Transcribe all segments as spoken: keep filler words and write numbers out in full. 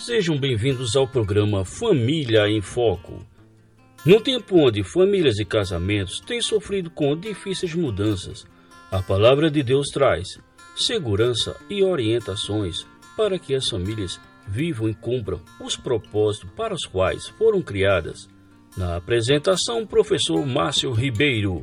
Sejam bem-vindos ao programa Família em Foco. Num tempo onde famílias e casamentos têm sofrido com difíceis mudanças, a palavra de Deus traz segurança e orientações para que as famílias vivam e cumpram os propósitos para os quais foram criadas. Na apresentação, o professor Márcio Ribeiro.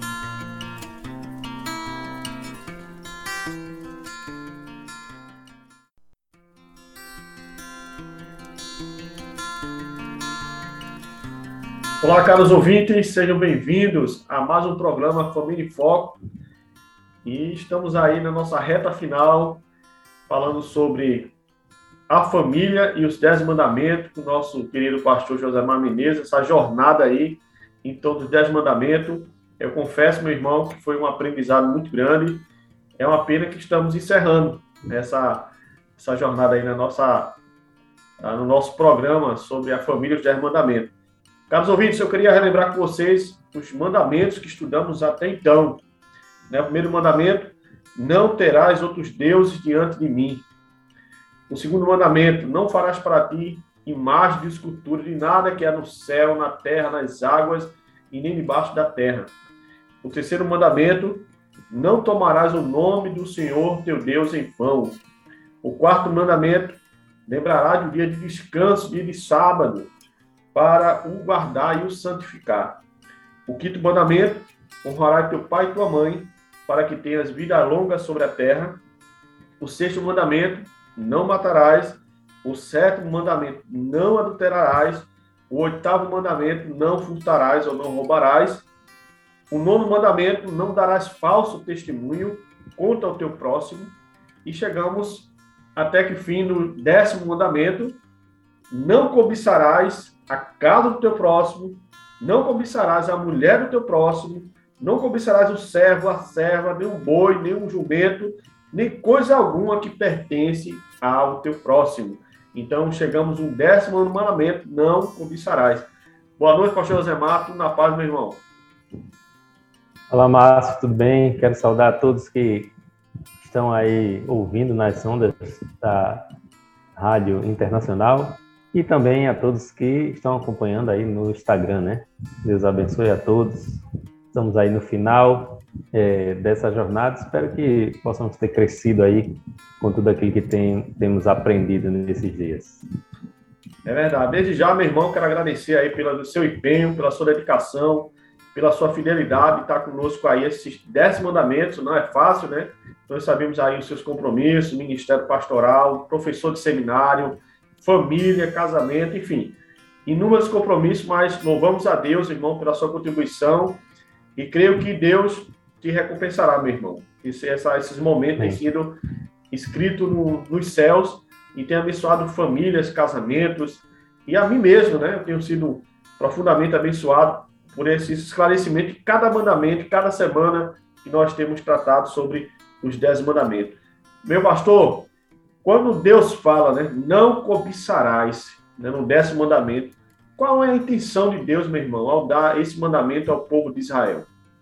Olá, caros ouvintes, sejam bem-vindos a mais um programa Família em Foco. E estamos aí na nossa reta final, falando sobre a família e os dez mandamentos, com o nosso querido pastor Josemar Menezes, essa jornada aí em torno dos dez mandamentos. Eu confesso, meu irmão, que foi um aprendizado muito grande. É uma pena que estamos encerrando essa, essa jornada aí na nossa, no nosso programa sobre a família e os dez mandamentos. Caros ouvintes, eu queria relembrar com vocês os mandamentos que estudamos até então. O primeiro mandamento, não terás outros deuses diante de mim. O segundo mandamento, não farás para ti imagem de escultura de nada que há no céu, na terra, nas águas e nem debaixo da terra. O terceiro mandamento, não tomarás o nome do Senhor teu Deus em vão. O quarto mandamento, lembrarás do dia de descanso, dia de sábado, para o guardar e o santificar. O quinto mandamento, honrarás teu pai e tua mãe, para que tenhas vida longa sobre a terra. O sexto mandamento, não matarás. O sétimo mandamento, não adulterarás. O oitavo mandamento, não furtarás ou não roubarás. O nono mandamento, não darás falso testemunho contra o teu próximo. E chegamos até que fim no décimo mandamento, não cobiçarás a casa do teu próximo, não cobiçarás a mulher do teu próximo, não cobiçarás o servo, a serva, nem um boi, nem um jumento, nem coisa alguma que pertence ao teu próximo. Então, chegamos no décimo mandamento, não cobiçarás. Boa noite, pastor Josemar, tudo na paz, meu irmão. Olá, Márcio, tudo bem? Quero saudar a todos que estão aí ouvindo nas ondas da Rádio Internacional. E também a todos que estão acompanhando aí no Instagram, né? Deus abençoe a todos. Estamos aí no final é, dessa jornada. Espero que possamos ter crescido aí com tudo aquilo que tem, temos aprendido nesses dias. É verdade. Desde já, meu irmão, quero agradecer aí pelo seu empenho, pela sua dedicação, pela sua fidelidade de estar conosco aí esses dez mandamentos. Não é fácil, né? Nós sabemos aí os seus compromissos, ministério pastoral, professor de seminário, família, casamento, enfim, inúmeros compromissos, mas louvamos a Deus, irmão, pela sua contribuição e creio que Deus te recompensará, meu irmão. Esse, essa, esses momentos têm sido escritos no, nos céus e tem abençoado famílias, casamentos e a mim mesmo, né? Eu tenho sido profundamente abençoado por esse esclarecimento de cada mandamento, cada semana que nós temos tratado sobre os dez mandamentos. Meu pastor, quando Deus fala, né, não cobiçarás, né, no décimo mandamento, qual é a intenção de Deus, meu irmão, ao dar esse mandamento ao povo de Israel?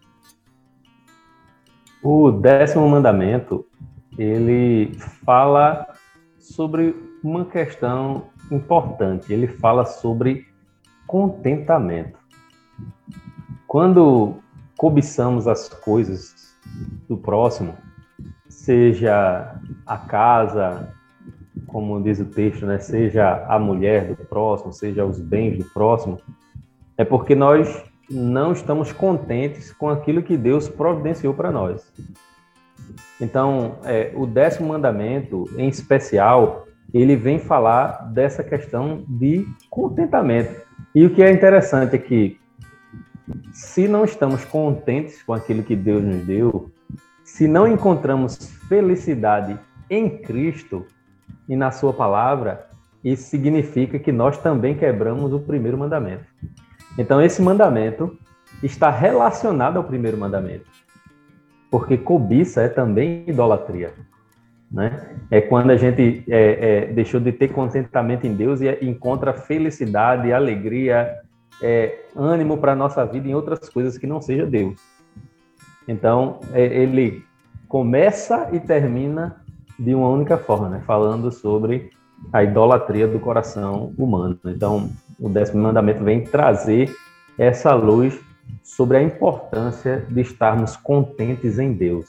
O décimo mandamento, ele fala sobre uma questão importante. Ele fala sobre contentamento. Quando cobiçamos as coisas do próximo, seja a casa, como diz o texto, né? Seja a mulher do próximo, seja os bens do próximo, é porque nós não estamos contentes com aquilo que Deus providenciou para nós. Então, é, o décimo mandamento, em especial, ele vem falar dessa questão de contentamento. E o que é interessante é que, se não estamos contentes com aquilo que Deus nos deu, se não encontramos felicidade em Cristo e na sua palavra, isso significa que nós também quebramos o primeiro mandamento. Então, esse mandamento está relacionado ao primeiro mandamento, porque cobiça é também idolatria, né? É quando a gente é, é, deixou de ter contentamento em Deus e encontra felicidade, alegria, é, ânimo para a nossa vida em outras coisas que não seja Deus. Então, ele começa e termina de uma única forma, né? Falando sobre a idolatria do coração humano. Então, o décimo mandamento vem trazer essa luz sobre a importância de estarmos contentes em Deus.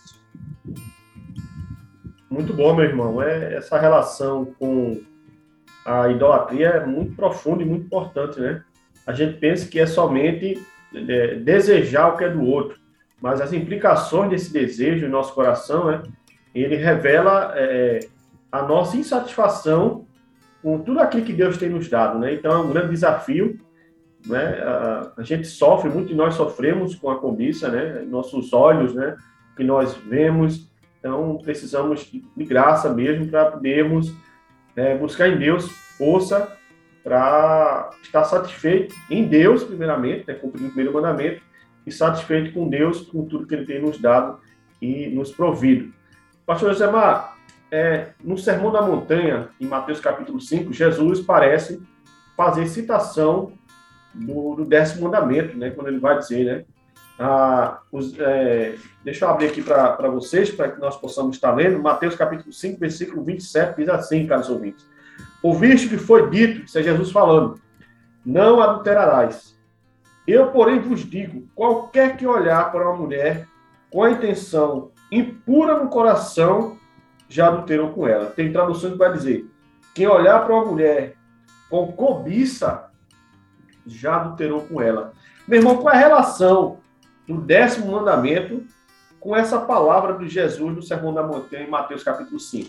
Muito bom, meu irmão. É, essa relação com a idolatria é muito profunda e muito importante, né? A gente pensa que é somente é, desejar o que é do outro, mas as implicações desse desejo em nosso coração, né, ele revela é, a nossa insatisfação com tudo aquilo que Deus tem nos dado, né? Então é um grande desafio, né? A, a gente sofre, muito de nós sofremos com a cobiça, né? Nossos olhos, né? Que nós vemos, então precisamos de graça mesmo para podermos é, buscar em Deus força para estar satisfeito em Deus, primeiramente, né? Cumprir o primeiro mandamento, e satisfeito com Deus, com tudo que Ele tem nos dado e nos provido. Pastor Josemar, é, no Sermão da Montanha, em Mateus capítulo cinco, Jesus parece fazer citação do, do décimo mandamento, né, quando ele vai dizer, né, ah, os, é, deixa eu abrir aqui para vocês, para que nós possamos estar lendo, Mateus capítulo cinco, versículo vinte e sete, diz assim, caros ouvintes: ouviste que foi dito, isso é Jesus falando, não adulterarás. Eu, porém, vos digo, qualquer que olhar para uma mulher com a intenção impura no coração, já adulterou com ela. Tem tradução que vai dizer, quem olhar para uma mulher com cobiça, já adulterou com ela. Meu irmão, qual é a relação do décimo mandamento com essa palavra de Jesus no Sermão da Montanha, em Mateus capítulo cinco?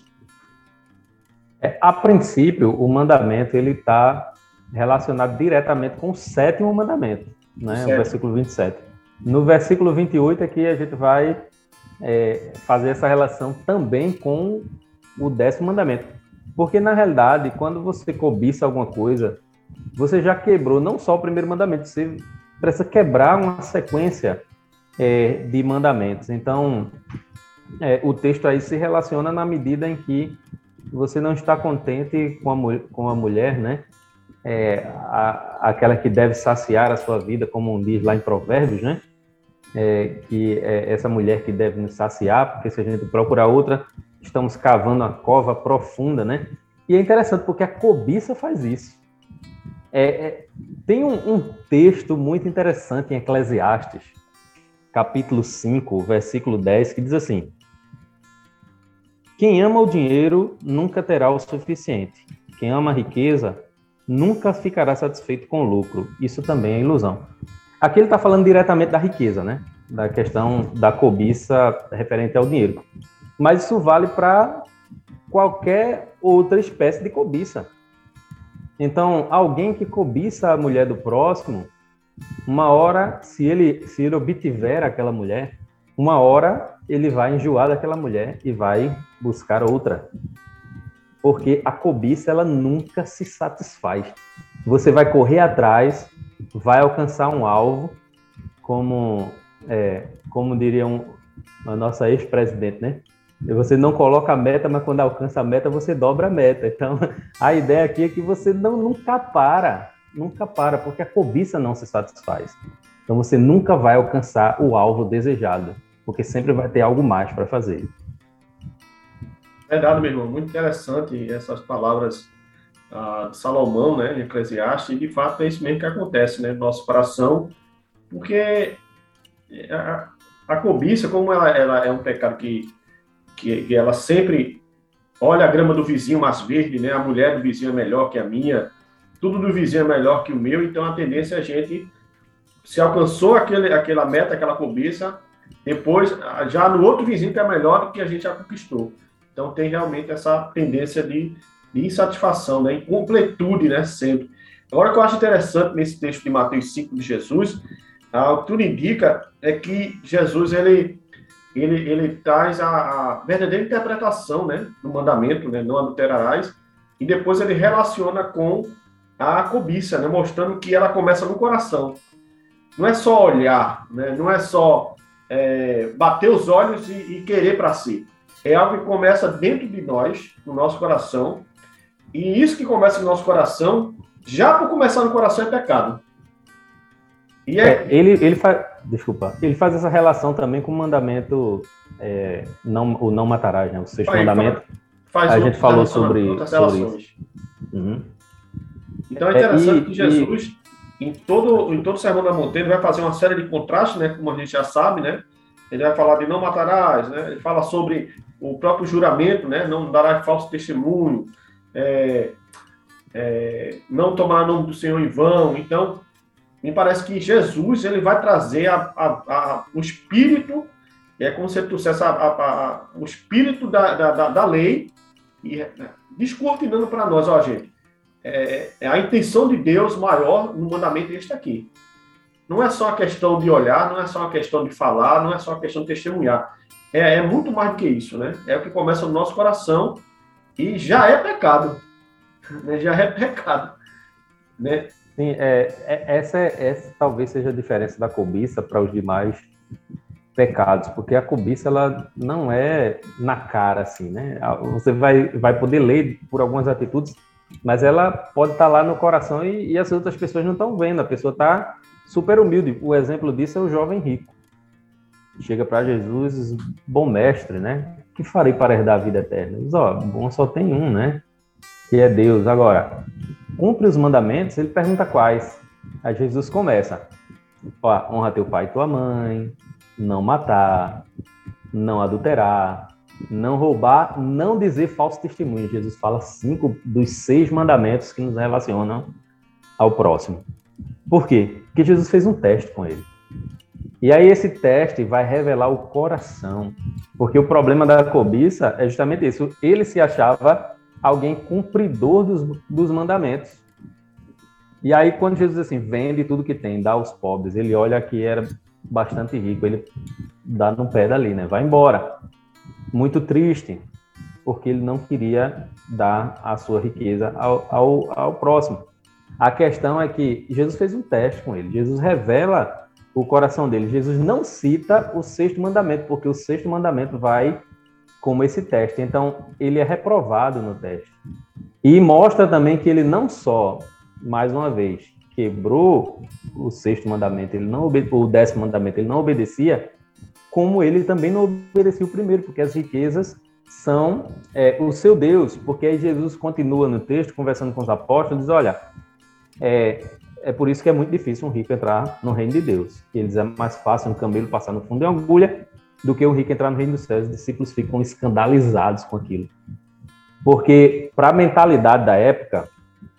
É, a princípio, o mandamento ele está relacionado diretamente com o sétimo mandamento, né? O, o versículo vinte e sete. No versículo vinte e oito aqui a gente vai é, fazer essa relação também com o décimo mandamento. Porque, na realidade, quando você cobiça alguma coisa, você já quebrou não só o primeiro mandamento, você precisa quebrar uma sequência é, de mandamentos. Então, é, o texto aí se relaciona na medida em que você não está contente com a, com a mulher, né? É, a, aquela que deve saciar a sua vida, como diz lá em Provérbios, né? É, que é essa mulher que deve nos saciar, porque se a gente procurar outra, estamos cavando uma cova profunda, né? E é interessante porque a cobiça faz isso. É, é, tem um, um texto muito interessante em Eclesiastes, capítulo cinco, versículo dez, que diz assim: quem ama o dinheiro nunca terá o suficiente. Quem ama a riqueza nunca ficará satisfeito com o lucro. Isso também é ilusão. Aqui ele está falando diretamente da riqueza, né? Da questão da cobiça referente ao dinheiro. Mas isso vale para qualquer outra espécie de cobiça. Então, alguém que cobiça a mulher do próximo, uma hora, se ele, se ele obtiver aquela mulher, uma hora ele vai enjoar daquela mulher e vai buscar outra. Porque a cobiça, ela nunca se satisfaz. Você vai correr atrás, vai alcançar um alvo, como, é, como diria um, a nossa ex-presidente, né? Você não coloca a meta, mas quando alcança a meta, você dobra a meta. Então, a ideia aqui é que você não, nunca para, nunca para, porque a cobiça não se satisfaz. Então, você nunca vai alcançar o alvo desejado, porque sempre vai ter algo mais para fazer. Verdade, meu irmão. Muito interessante essas palavras ah, de Salomão, né, em Eclesiastes, e de fato é isso mesmo que acontece, né, no nosso coração, porque a, a cobiça, como ela, ela é um pecado que, que, que ela sempre olha a grama do vizinho mais verde, né, a mulher do vizinho é melhor que a minha, tudo do vizinho é melhor que o meu, então a tendência é a gente, se alcançou aquele, aquela meta, aquela cobiça, depois, já no outro vizinho que é melhor do que a gente já conquistou. Então, tem realmente essa tendência de, de insatisfação, né? Incompletude, né? Sempre. Agora, o que eu acho interessante nesse texto de Mateus cinco de Jesus, ah, o que tudo indica é que Jesus, ele, ele, ele traz a, a verdadeira interpretação, né, do mandamento, né? Não adulterarás, e depois ele relaciona com a cobiça, né? Mostrando que ela começa no coração. Não é só olhar, né? Não é só é, bater os olhos e, e querer para si. É algo que começa dentro de nós, no nosso coração, e isso que começa no nosso coração, já por começar no coração é pecado. E é... É, ele, ele faz, desculpa, ele faz essa relação também com o mandamento, é, não, o não matarás, né? O sexto Aí, mandamento. fala, faz a outros gente falou relaciona- sobre, outras sobre relações. isso. Uhum. Então é interessante É, e- que Jesus, em todo, em todo o Sermão da Montanha, ele vai fazer uma série de contrastes, né, como a gente já sabe, né? Ele vai falar de não matarás, né? Ele fala sobre o próprio juramento, né? Não darás falso testemunho, é, é, não tomar o nome do Senhor em vão. Então, me parece que Jesus ele vai trazer a, a, a, o espírito, é como se ele trouxesse a, a, a, o espírito da, da, da lei e descortinando para nós, ó, gente, é, é a intenção de Deus maior no mandamento este aqui. Não é só a questão de olhar, não é só a questão de falar, não é só a questão de testemunhar. É, é muito mais do que isso, né? É o que começa no nosso coração e já é pecado. Né? Já é pecado. Né? Sim, é, é, essa, é, essa talvez seja a diferença da cobiça para os demais pecados, porque a cobiça ela não é na cara, assim, né? Você vai, vai poder ler por algumas atitudes, mas ela pode estar lá no coração e, e as outras pessoas não estão vendo, a pessoa está super humilde. O exemplo disso é o jovem rico. Chega para Jesus e diz, bom mestre, né? O que farei para herdar a vida eterna? Diz, ó, bom só tem um, né? Que é Deus. Agora, cumpre os mandamentos, ele pergunta quais. Aí Jesus começa, ó, honra teu pai e tua mãe, não matar, não adulterar, não roubar, não dizer falso testemunho. Jesus fala cinco dos seis mandamentos que nos relacionam ao próximo. Por quê? Porque Jesus fez um teste com ele. E aí esse teste vai revelar o coração. Porque o problema da cobiça é justamente isso. Ele se achava alguém cumpridor dos, dos mandamentos. E aí quando Jesus diz assim, vende tudo que tem, dá aos pobres, ele olha que era bastante rico, ele dá no pé dali, né? Vai embora. Muito triste, porque ele não queria dar a sua riqueza ao, ao, ao próximo. A questão é que Jesus fez um teste com ele. Jesus revela o coração dele. Jesus não cita o sexto mandamento, porque o sexto mandamento vai como esse teste. Então, ele é reprovado no teste. E mostra também que ele não só, mais uma vez, quebrou o sexto mandamento, ele não obede... o décimo mandamento, ele não obedecia, como ele também não obedecia o primeiro, porque as riquezas são é, o seu Deus. Porque aí Jesus continua no texto, conversando com os apóstolos, diz, olha, é, é por isso que é muito difícil um rico entrar no reino de Deus. Eles é mais fácil um camelo passar no fundo de uma agulha do que um rico entrar no reino dos céus. Os discípulos ficam escandalizados com aquilo. Porque, para a mentalidade da época,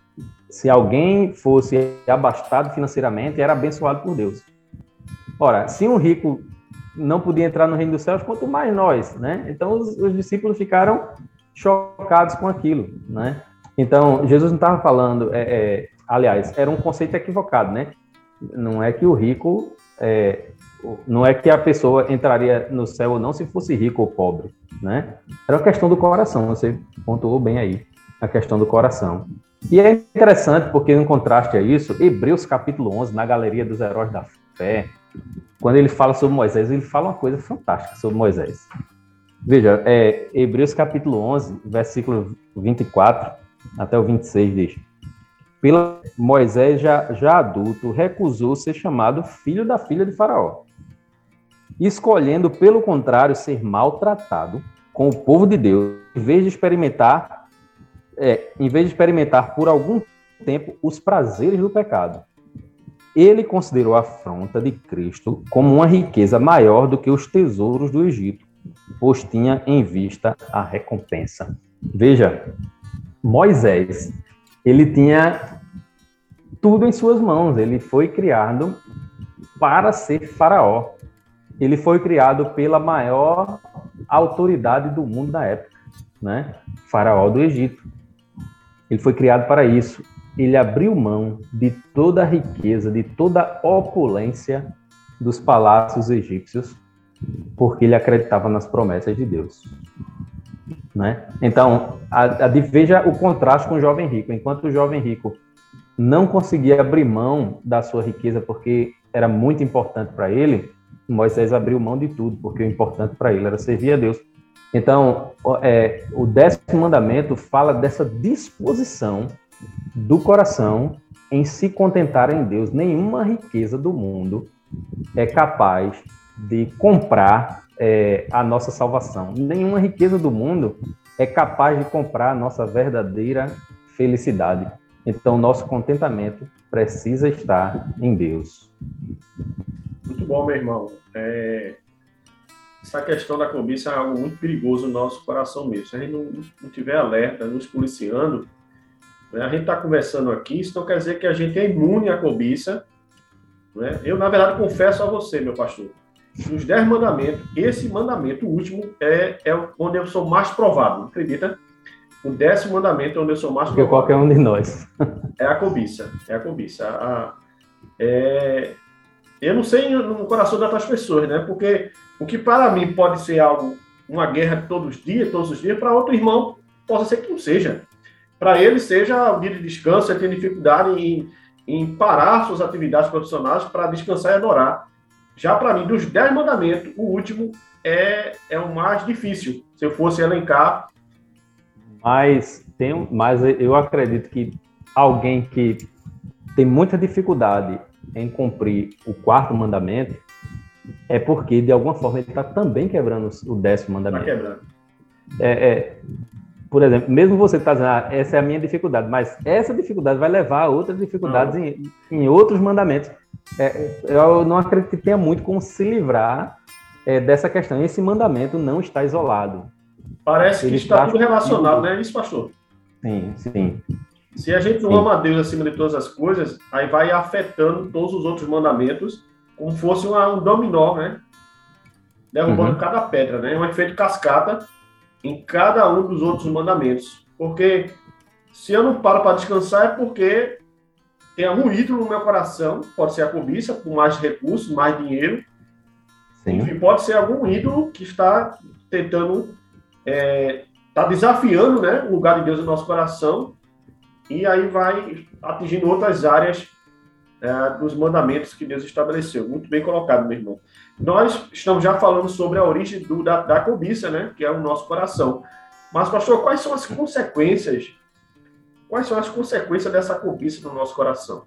se alguém fosse abastado financeiramente, era abençoado por Deus. Ora, se um rico não podia entrar no reino dos céus, quanto mais nós, né? Então, os, os discípulos ficaram chocados com aquilo, né? Então, Jesus não estava falando... É, é, aliás, era um conceito equivocado, né? Não é que o rico... É, não é que a pessoa entraria no céu ou não se fosse rico ou pobre, né? Era uma questão do coração, você pontuou bem aí, a questão do coração. E é interessante porque, em contraste a isso, Hebreus capítulo onze, na Galeria dos Heróis da Fé, quando ele fala sobre Moisés, ele fala uma coisa fantástica sobre Moisés. Veja, é, Hebreus capítulo onze, versículo vinte e quatro até o vinte e seis diz: Pela Moisés, já, já adulto, recusou ser chamado filho da filha de Faraó, escolhendo, pelo contrário, ser maltratado com o povo de Deus, em vez de experimentar, é, em vez de experimentar por algum tempo os prazeres do pecado. Ele considerou a afronta de Cristo como uma riqueza maior do que os tesouros do Egito, pois tinha em vista a recompensa. Veja, Moisés, ele tinha tudo em suas mãos. Ele foi criado para ser faraó. Ele foi criado pela maior autoridade do mundo na época, né? Faraó do Egito. Ele foi criado para isso. Ele abriu mão de toda a riqueza, de toda a opulência dos palácios egípcios, porque ele acreditava nas promessas de Deus, né? Então, a, a, veja o contraste com o jovem rico. Enquanto o jovem rico não conseguia abrir mão da sua riqueza porque era muito importante para ele, Moisés abriu mão de tudo, porque o importante para ele era servir a Deus. Então, é, o décimo mandamento fala dessa disposição do coração em se contentar em Deus. Nenhuma riqueza do mundo é capaz de comprar é, a nossa salvação. Nenhuma riqueza do mundo é capaz de comprar a nossa verdadeira felicidade. Então, nosso contentamento precisa estar em Deus. Muito bom, meu irmão. É... Essa questão da cobiça é algo muito perigoso no nosso coração mesmo. Se a gente não, não tiver alerta, nos policiando, né? A gente está conversando aqui, isso não quer dizer que a gente é imune à cobiça. Né? Eu, na verdade, confesso a você, meu pastor, dos dez mandamentos, esse mandamento, o último, é, é onde eu sou mais provado, acredita? O décimo mandamento é onde eu sou mais provado. Porque qualquer um de nós. É a cobiça, é a cobiça. A, a, é... Eu não sei no coração das outras pessoas, né? Porque o que para mim pode ser algo, uma guerra todos os dias, todos os dias, para outro irmão, possa ser que não seja. Para ele seja o dia de descanso, ele tem dificuldade em, em parar suas atividades profissionais para descansar e adorar. Já para mim, dos dez mandamentos, o último é, é o mais difícil, se eu fosse elencar. Mas, tem, mas eu acredito que alguém que tem muita dificuldade em cumprir o quarto mandamento é porque, de alguma forma, ele está também quebrando o décimo mandamento. Está quebrando. É, é, por exemplo, mesmo você está dizendo, ah, essa é a minha dificuldade, mas essa dificuldade vai levar a outras dificuldades em, em outros mandamentos. É, eu não acredito que tenha muito como se livrar é, dessa questão. Esse mandamento não está isolado. Parece Ele que está tudo relacionado, tudo. né? Isso, pastor? Sim, sim. Se a gente não sim. ama a Deus acima de todas as coisas, aí vai afetando todos os outros mandamentos, como fosse uma, um dominó, né? Derrubando Uhum. cada pedra, né? Um efeito cascata em cada um dos outros mandamentos. Porque se eu não paro para descansar é porque tem algum ídolo no meu coração, pode ser a cobiça, por mais recursos, mais dinheiro. Sim. Enfim, pode ser algum ídolo que está tentando, é, está desafiando, né, o lugar de Deus no nosso coração, e aí vai atingindo outras áreas é, dos mandamentos que Deus estabeleceu. Muito bem colocado, meu irmão. Nós estamos já falando sobre a origem do, da, da cobiça, né, que é o nosso coração. Mas, pastor, quais são as consequências? Quais são as consequências dessa cobiça no nosso coração?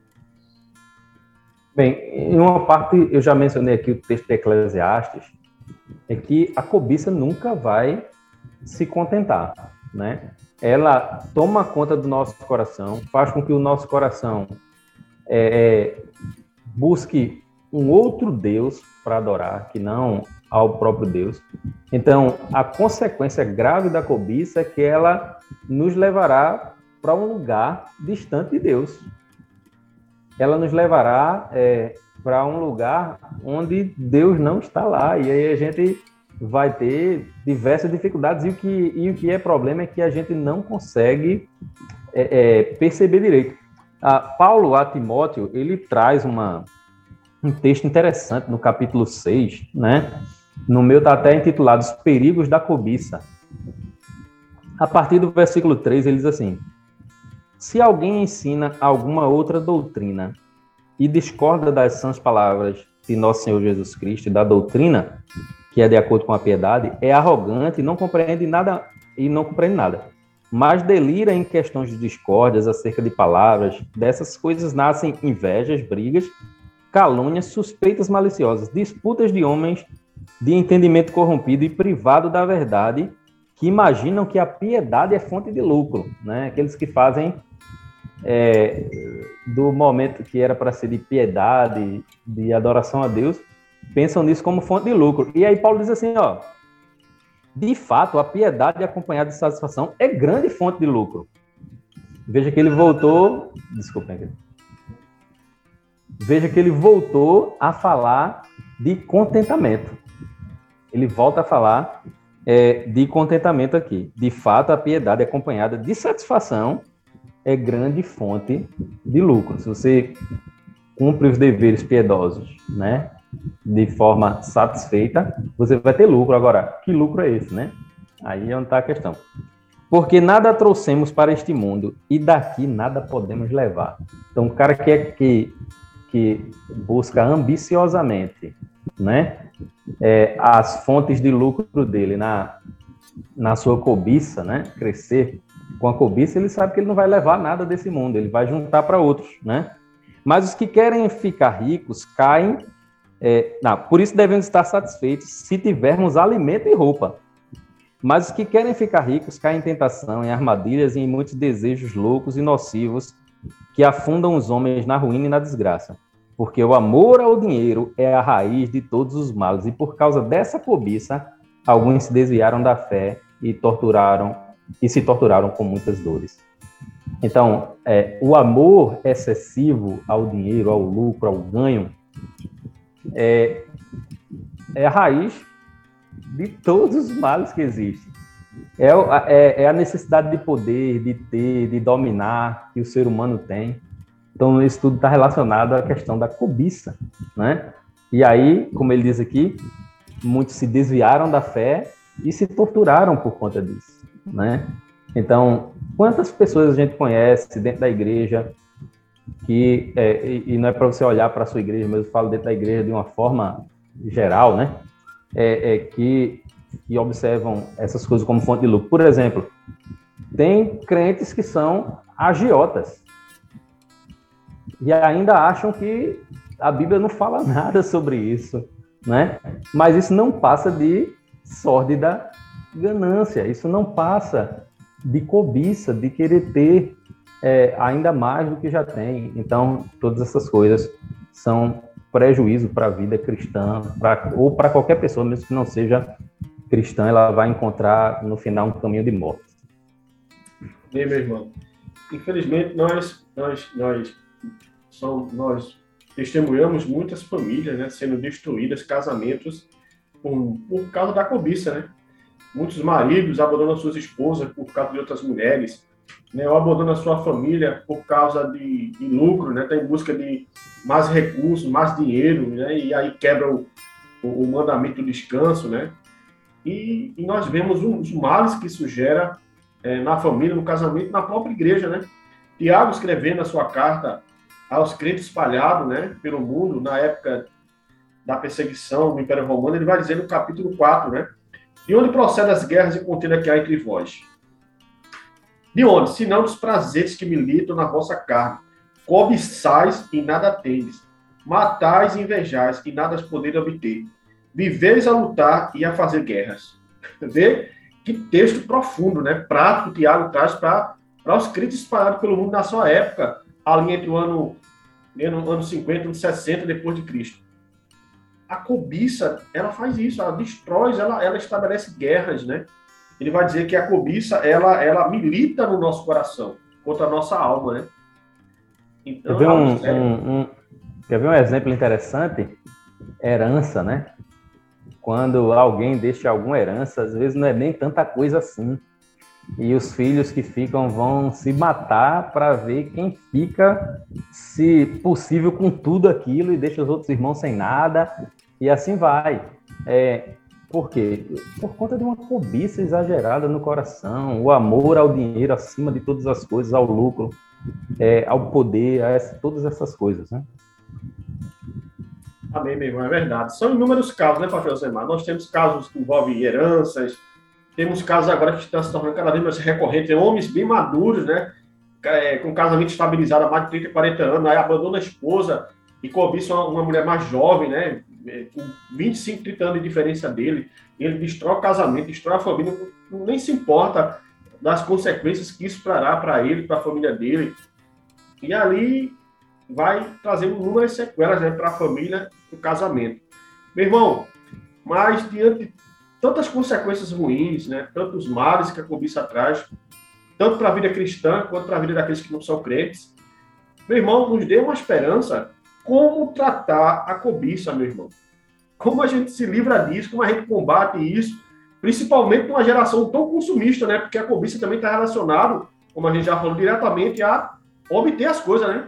Bem, em uma parte, eu já mencionei aqui o texto de Eclesiastes, é que a cobiça nunca vai se contentar, né? Ela toma conta do nosso coração, faz com que o nosso coração é, busque um outro Deus para adorar, que não ao próprio Deus. Então, a consequência grave da cobiça é que ela nos levará para um lugar distante de Deus. Ela nos levará é, para um lugar onde Deus não está lá. E aí a gente vai ter diversas dificuldades. E o que, e o que é problema é que a gente não consegue é, é, perceber direito. Ah, Paulo a Timóteo, ele traz uma, um texto interessante no capítulo seis, né? No meu está até intitulado Os Perigos da Cobiça. A partir do versículo três, ele diz assim: se alguém ensina alguma outra doutrina e discorda das sãs palavras de nosso Senhor Jesus Cristo e da doutrina que é de acordo com a piedade, é arrogante e não compreende nada, e não compreende nada, mas delira em questões de discórdias acerca de palavras. Dessas coisas nascem invejas, brigas, calúnias, suspeitas maliciosas, disputas de homens de entendimento corrompido e privado da verdade, que imaginam que a piedade é fonte de lucro, né? Aqueles que fazem é, do momento que era para ser de piedade, de adoração a Deus, pensam nisso como fonte de lucro. E aí Paulo diz assim, ó, de fato, a piedade acompanhada de satisfação é grande fonte de lucro. Veja que ele voltou, desculpem, veja que ele voltou a falar de contentamento. Ele volta a falar é, de contentamento aqui. De fato, a piedade acompanhada de satisfação é grande fonte de lucro. Se você cumpre os deveres piedosos, né, de forma satisfeita, você vai ter lucro. Agora, que lucro é esse, né? Aí é onde está a questão. Porque nada trouxemos para este mundo e daqui nada podemos levar. Então, o cara que, é, que, que busca ambiciosamente, né, é, as fontes de lucro dele na, na sua cobiça, né, crescer com a cobiça, ele sabe que ele não vai levar nada desse mundo, ele vai juntar para outros, né? Mas os que querem ficar ricos caem... É, não, por isso devemos estar satisfeitos se tivermos alimento e roupa. Mas os que querem ficar ricos caem em tentação, em armadilhas e em muitos desejos loucos e nocivos que afundam os homens na ruína e na desgraça. Porque o amor ao dinheiro é a raiz de todos os males, e por causa dessa cobiça, alguns se desviaram da fé e torturaram e se torturaram com muitas dores. Então, é, o amor excessivo ao dinheiro, ao lucro, ao ganho, é, é a raiz de todos os males que existem. É, é, é a necessidade de poder, de ter, de dominar que o ser humano tem. Então, isso tudo está relacionado à questão da cobiça, né? E aí, como ele diz aqui, muitos se desviaram da fé e se torturaram por conta disso, né? Então, quantas pessoas a gente conhece dentro da igreja que, é, e, e não é para você olhar para a sua igreja, mas eu falo dentro da igreja de uma forma geral, né? É, é que, que observam essas coisas como fonte de lucro. Por exemplo, tem crentes que são agiotas e ainda acham que a Bíblia não fala nada sobre isso, né? Mas isso não passa de sórdida ganância, isso não passa de cobiça, de querer ter é, ainda mais do que já tem. Então, todas essas coisas são prejuízo para a vida cristã, pra, ou para qualquer pessoa, mesmo que não seja cristã, ela vai encontrar no final um caminho de morte. Bem, meu irmão, infelizmente nós, nós, nós, são, nós testemunhamos muitas famílias, né, sendo destruídas, casamentos, por, por causa da cobiça, né? Muitos maridos abandonam suas esposas por causa de outras mulheres, né? Ou abandonam a sua família por causa de, de lucro, né? Está em busca de mais recursos, mais dinheiro, né? E aí quebra o, o, o mandamento do descanso, né? E, e nós vemos os males que isso gera é, na família, no casamento, na própria igreja, né? Tiago, escrevendo a sua carta aos crentes espalhados, né, pelo mundo, na época da perseguição do Império Romano, ele vai dizer no capítulo quatro, né? De onde procedem as guerras e contenda que há entre vós? De onde? Senão dos prazeres que militam na vossa carne. Cobiçais e nada tendes. Matais e invejais e nada podeis obter. Viveis a lutar e a fazer guerras. Vê que texto profundo, né? Prático, Tiago traz para os crentes espalhados pelo mundo na sua época, ali entre o ano, ano, ano cinquenta, ano sessenta depois de Cristo. A cobiça, ela faz isso, ela destrói, ela, ela estabelece guerras, né? Ele vai dizer que a cobiça, ela, ela milita no nosso coração, contra a nossa alma, né? Então, quer ver um, um, um, quer ver um exemplo interessante? Herança, né? Quando alguém deixa alguma herança, às vezes não é nem tanta coisa assim. E os filhos que ficam vão se matar para ver quem fica, se possível, com tudo aquilo e deixa os outros irmãos sem nada. E assim vai. É, por quê? Por conta de uma cobiça exagerada no coração, o amor ao dinheiro acima de todas as coisas, ao lucro, é, ao poder, a essa, todas essas coisas, né? Amém, meu irmão, é verdade. São inúmeros casos, né, pastor Zemar? Nós temos casos que envolvem heranças, temos casos agora que estão se tornando cada vez mais recorrentes, homens bem maduros, né, é, com casamento estabilizado há mais de trinta, quarenta anos, aí abandona a esposa e cobiça uma, uma mulher mais jovem, né, com vinte e cinco, trinta anos de diferença dele, ele destrói o casamento, destrói a família, nem se importa das consequências que isso trará para ele, para a família dele, e ali vai trazendo inúmeras sequelas, né, para a família, para o casamento. Meu irmão, mas diante de tantas consequências ruins, né, tantos males que a cobiça traz, tanto para a vida cristã quanto para a vida daqueles que não são crentes, meu irmão, nos dê uma esperança como tratar a cobiça, meu irmão. Como a gente se livra disso, como a gente combate isso, principalmente numa geração tão consumista, né, porque a cobiça também está relacionada, como a gente já falou, diretamente a obter as coisas, né?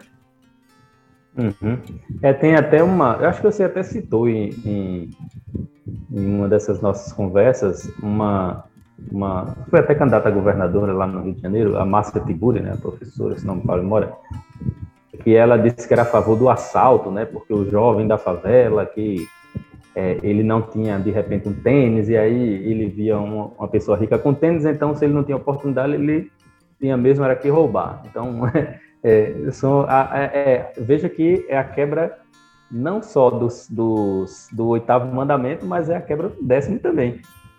Uhum. É, tem até uma, eu acho que você até citou em, em, em uma dessas nossas conversas, uma, uma, foi até candidata a governadora lá no Rio de Janeiro, a Márcia Tiburi, né, a professora, se não me falo memória, que ela disse que era a favor do assalto, né, porque o jovem da favela, que é, ele não tinha, de repente, um tênis, e aí ele via uma, uma pessoa rica com tênis, então se ele não tinha oportunidade, ele tinha mesmo era que roubar. Então, é, são, é, é, veja que é a quebra não só dos, dos, do oitavo mandamento, mas é a quebra do décimo também.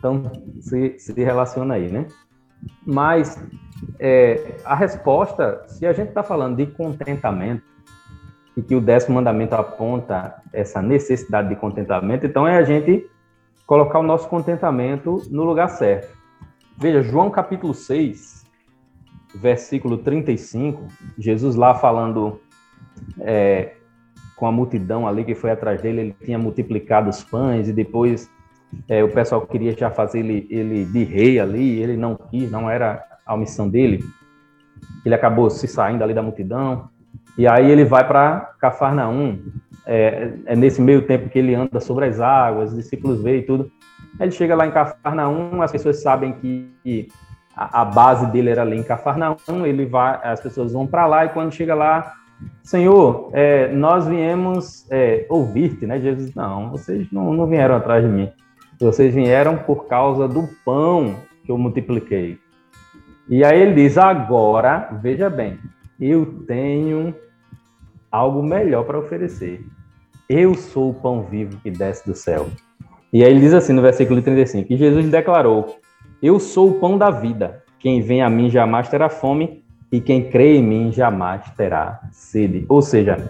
Então, se, se relaciona aí, né? Mas é, a resposta, se a gente está falando de contentamento, e que o décimo mandamento aponta essa necessidade de contentamento, então é a gente colocar o nosso contentamento no lugar certo. Veja, João capítulo seis, versículo trinta e cinco, Jesus lá falando é, com a multidão ali que foi atrás dele, ele tinha multiplicado os pães e depois é, o pessoal queria já fazer ele, ele de rei ali, ele não quis, não era a missão dele. Ele acabou se saindo ali da multidão e aí ele vai para Cafarnaum. É, é nesse meio tempo que ele anda sobre as águas, os discípulos veem e tudo. Ele chega lá em Cafarnaum, as pessoas sabem que a, a base dele era ali em Cafarnaum, ele vai, as pessoas vão para lá e quando chega lá, Senhor, é, nós viemos é, ouvir-te, né? Jesus, não, vocês não, não vieram atrás de mim, vocês vieram por causa do pão que eu multipliquei. E aí ele diz, agora, veja bem, eu tenho algo melhor para oferecer. Eu sou o pão vivo que desce do céu. E aí ele diz assim no versículo trinta e cinco, que Jesus declarou, eu sou o pão da vida, quem vem a mim jamais terá fome, e quem crê em mim jamais terá sede. Ou seja,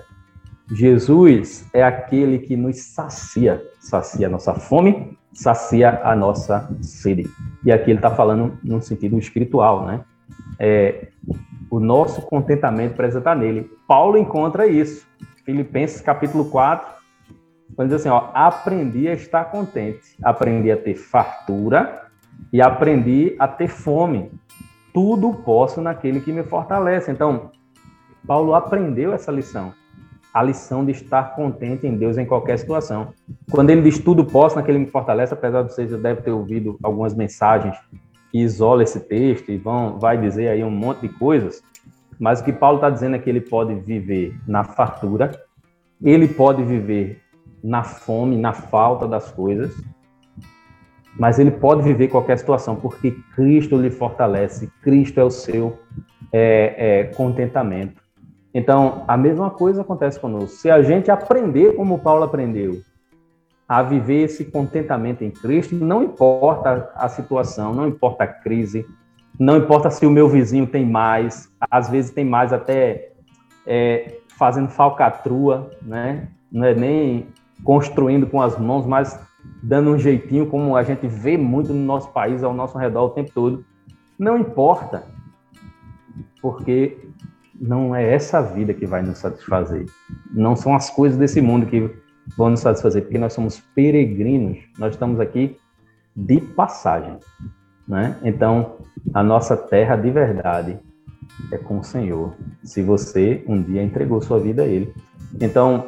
Jesus é aquele que nos sacia, sacia a nossa fome, sacia a nossa sede. E aqui ele está falando num sentido espiritual, né? É, o nosso contentamento precisa estar nele. Paulo encontra isso. Filipenses capítulo quatro, quando diz assim, ó, aprendi a estar contente, aprendi a ter fartura e aprendi a ter fome. Tudo posso naquele que me fortalece. Então, Paulo aprendeu essa lição. A lição de estar contente em Deus em qualquer situação. Quando ele diz tudo posso naquele que me fortalece, apesar de vocês já devem ter ouvido algumas mensagens que isolam esse texto e vão, vai dizer aí um monte de coisas, mas o que Paulo está dizendo é que ele pode viver na fartura, ele pode viver na fome, na falta das coisas, mas ele pode viver qualquer situação, porque Cristo lhe fortalece, Cristo é o seu é, é, contentamento. Então, a mesma coisa acontece conosco. Se a gente aprender como Paulo aprendeu, a viver esse contentamento em Cristo, não importa a situação, não importa a crise, não importa se o meu vizinho tem mais, às vezes tem mais até é, fazendo falcatrua, né? Não é nem construindo com as mãos, mas dando um jeitinho, como a gente vê muito no nosso país, ao nosso redor o tempo todo. Não importa, porque não é essa vida que vai nos satisfazer. Não são as coisas desse mundo que vão nos satisfazer, porque nós somos peregrinos, nós estamos aqui de passagem, né? Então, a nossa terra de verdade é com o Senhor, se você um dia entregou sua vida a Ele. Então,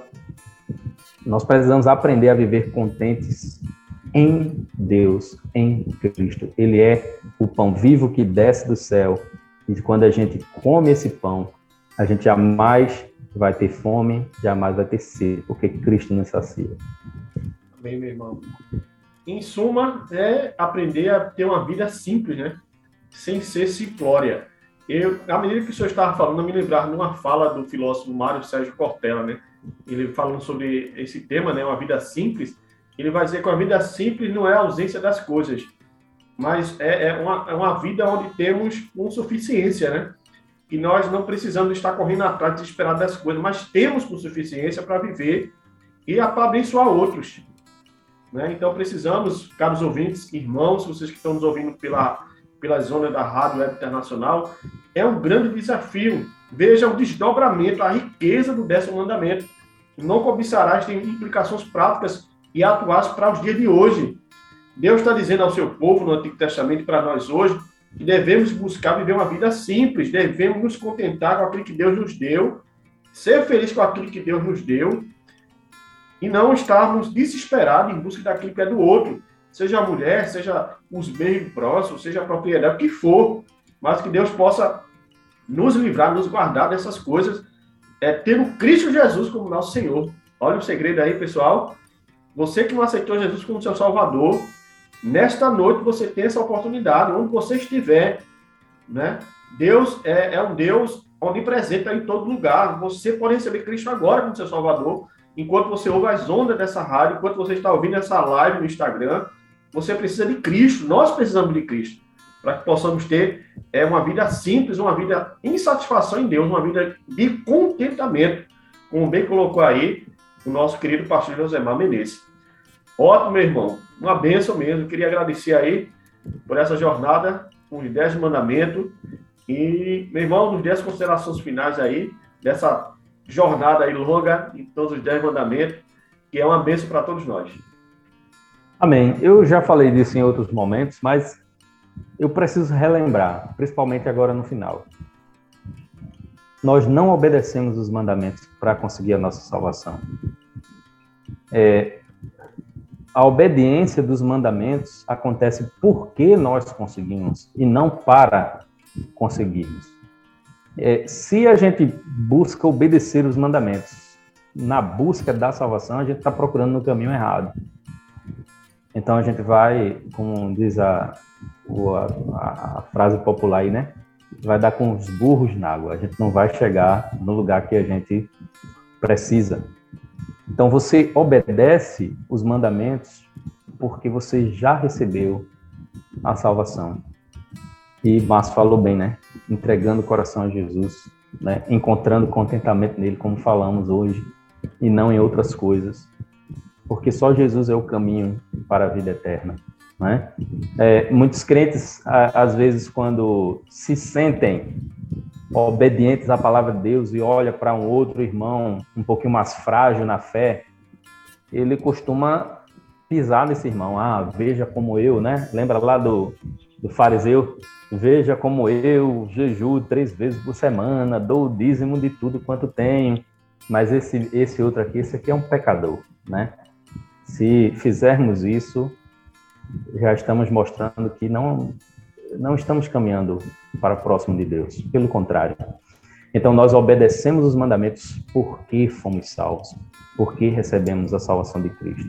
nós precisamos aprender a viver contentes em Deus, em Cristo. Ele é o pão vivo que desce do céu. E quando a gente come esse pão, a gente jamais vai ter fome, jamais vai ter sede, porque Cristo nos sacia. Amém, meu irmão. Em suma, é aprender a ter uma vida simples, né? Sem ser simplória. Eu, à medida que o senhor estava falando, eu me lembrava de uma fala do filósofo Mário Sérgio Cortella, né? Ele falando sobre esse tema, né? Uma vida simples. Ele vai dizer que uma vida simples não é a ausência das coisas, mas é, é, uma, é uma vida onde temos com suficiência, né? Que nós não precisamos estar correndo atrás desesperado das coisas, mas temos com suficiência para viver e para abençoar outros, né? Então precisamos, caros ouvintes, irmãos, vocês que estão nos ouvindo pela, pela zona da Rádio Web Internacional, é um grande desafio. Veja o desdobramento, a riqueza do décimo mandamento. Não cobiçarás tem implicações práticas e atuais para os dias de hoje. Deus está dizendo ao seu povo no Antigo Testamento para nós hoje que devemos buscar viver uma vida simples, devemos nos contentar com aquilo que Deus nos deu, ser feliz com aquilo que Deus nos deu e não estarmos desesperados em busca daquilo que é do outro, seja a mulher, seja os bens próximos, seja a propriedade, o que for, mas que Deus possa nos livrar, nos guardar dessas coisas, é, tendo Cristo Jesus como nosso Senhor. Olha o segredo aí, pessoal. Você que não aceitou Jesus como seu Salvador, nesta noite você tem essa oportunidade, onde você estiver, né? Deus é, é um Deus onipresente em todo lugar. Você pode receber Cristo agora como seu Salvador, enquanto você ouve as ondas dessa rádio, enquanto você está ouvindo essa live no Instagram, você precisa de Cristo, nós precisamos de Cristo, para que possamos ter é, uma vida simples, uma vida em satisfação em Deus, uma vida de contentamento, como bem colocou aí o nosso querido pastor Josemar Menezes. Ótimo, meu irmão, uma bênção mesmo. Queria agradecer aí por essa jornada com os dez mandamentos e, meu irmão, nos dez considerações finais aí dessa jornada aí longa em todos os dez mandamentos, que é uma bênção para todos nós. Amém. Eu já falei disso em outros momentos, mas eu preciso relembrar, principalmente agora no final. Nós não obedecemos os mandamentos para conseguir a nossa salvação. É, a obediência dos mandamentos acontece porque nós conseguimos e não para conseguirmos. É, se a gente busca obedecer os mandamentos na busca da salvação, a gente está procurando no caminho errado. Então a gente vai, como diz a, a, a frase popular aí, né? Vai dar com os burros na água. A gente não vai chegar no lugar que a gente precisa. Então você obedece os mandamentos porque você já recebeu a salvação. E Márcio falou bem, né? Entregando o coração a Jesus, né? Encontrando contentamento nele, como falamos hoje, e não em outras coisas. Porque só Jesus é o caminho para a vida eterna, né? É, muitos crentes, a, às vezes, quando se sentem obedientes à palavra de Deus e olha para um outro irmão um pouquinho mais frágil na fé, ele costuma pisar nesse irmão. Ah, veja como eu, né? Lembra lá do, do fariseu? Veja como eu jejuo três vezes por semana, dou o dízimo de tudo quanto tenho, mas esse, esse outro aqui, esse aqui é um pecador, né? Se fizermos isso, já estamos mostrando que não, não estamos caminhando para o próximo de Deus. Pelo contrário. Então, nós obedecemos os mandamentos porque fomos salvos, porque recebemos a salvação de Cristo.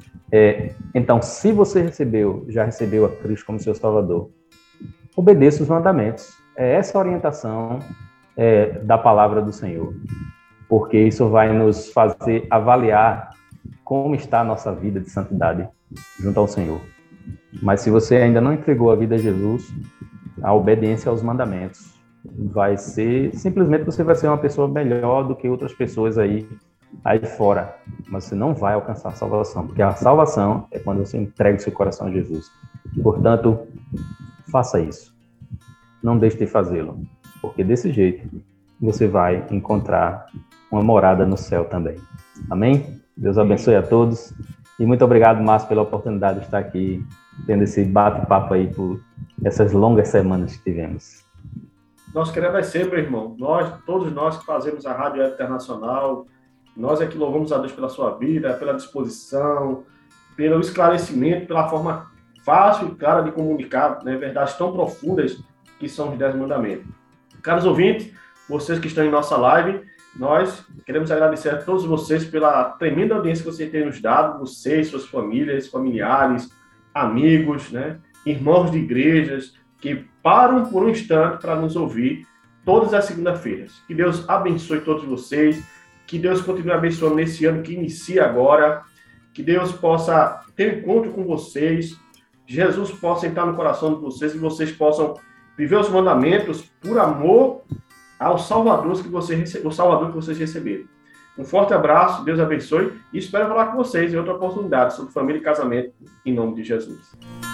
É, então, se você recebeu, já recebeu a Cristo como seu Salvador, obedeça os mandamentos. É essa a orientação é, da palavra do Senhor, porque isso vai nos fazer avaliar como está a nossa vida de santidade junto ao Senhor. Mas se você ainda não entregou a vida a Jesus, a obediência aos mandamentos vai ser, simplesmente você vai ser uma pessoa melhor do que outras pessoas aí, aí fora. Mas você não vai alcançar a salvação, porque a salvação é quando você entrega o seu coração a Jesus. Portanto, faça isso. Não deixe de fazê-lo, porque desse jeito você vai encontrar uma morada no céu também. Amém? Deus abençoe a todos. E muito obrigado, Márcio, pela oportunidade de estar aqui, tendo esse bate-papo aí por essas longas semanas que tivemos. Nós queremos é ser, meu irmão. Nós, todos nós que fazemos a Rádio Internacional, nós é que louvamos a Deus pela sua vida, pela disposição, pelo esclarecimento, pela forma fácil e clara de comunicar, né, verdades tão profundas que são os dez mandamentos. Caros ouvintes, vocês que estão em nossa live, nós queremos agradecer a todos vocês pela tremenda audiência que vocês têm nos dado, vocês, suas famílias, familiares, amigos, né, irmãos de igrejas, que param por um instante para nos ouvir todas as segundas-feiras. Que Deus abençoe todos vocês, que Deus continue abençoando nesse ano que inicia agora, que Deus possa ter um encontro com vocês, Jesus possa entrar no coração de vocês, que vocês possam viver os mandamentos por amor ao Salvador que vocês, o Salvador que vocês receberam. Um forte abraço, Deus abençoe e espero falar com vocês em outra oportunidade sobre família e casamento, em nome de Jesus.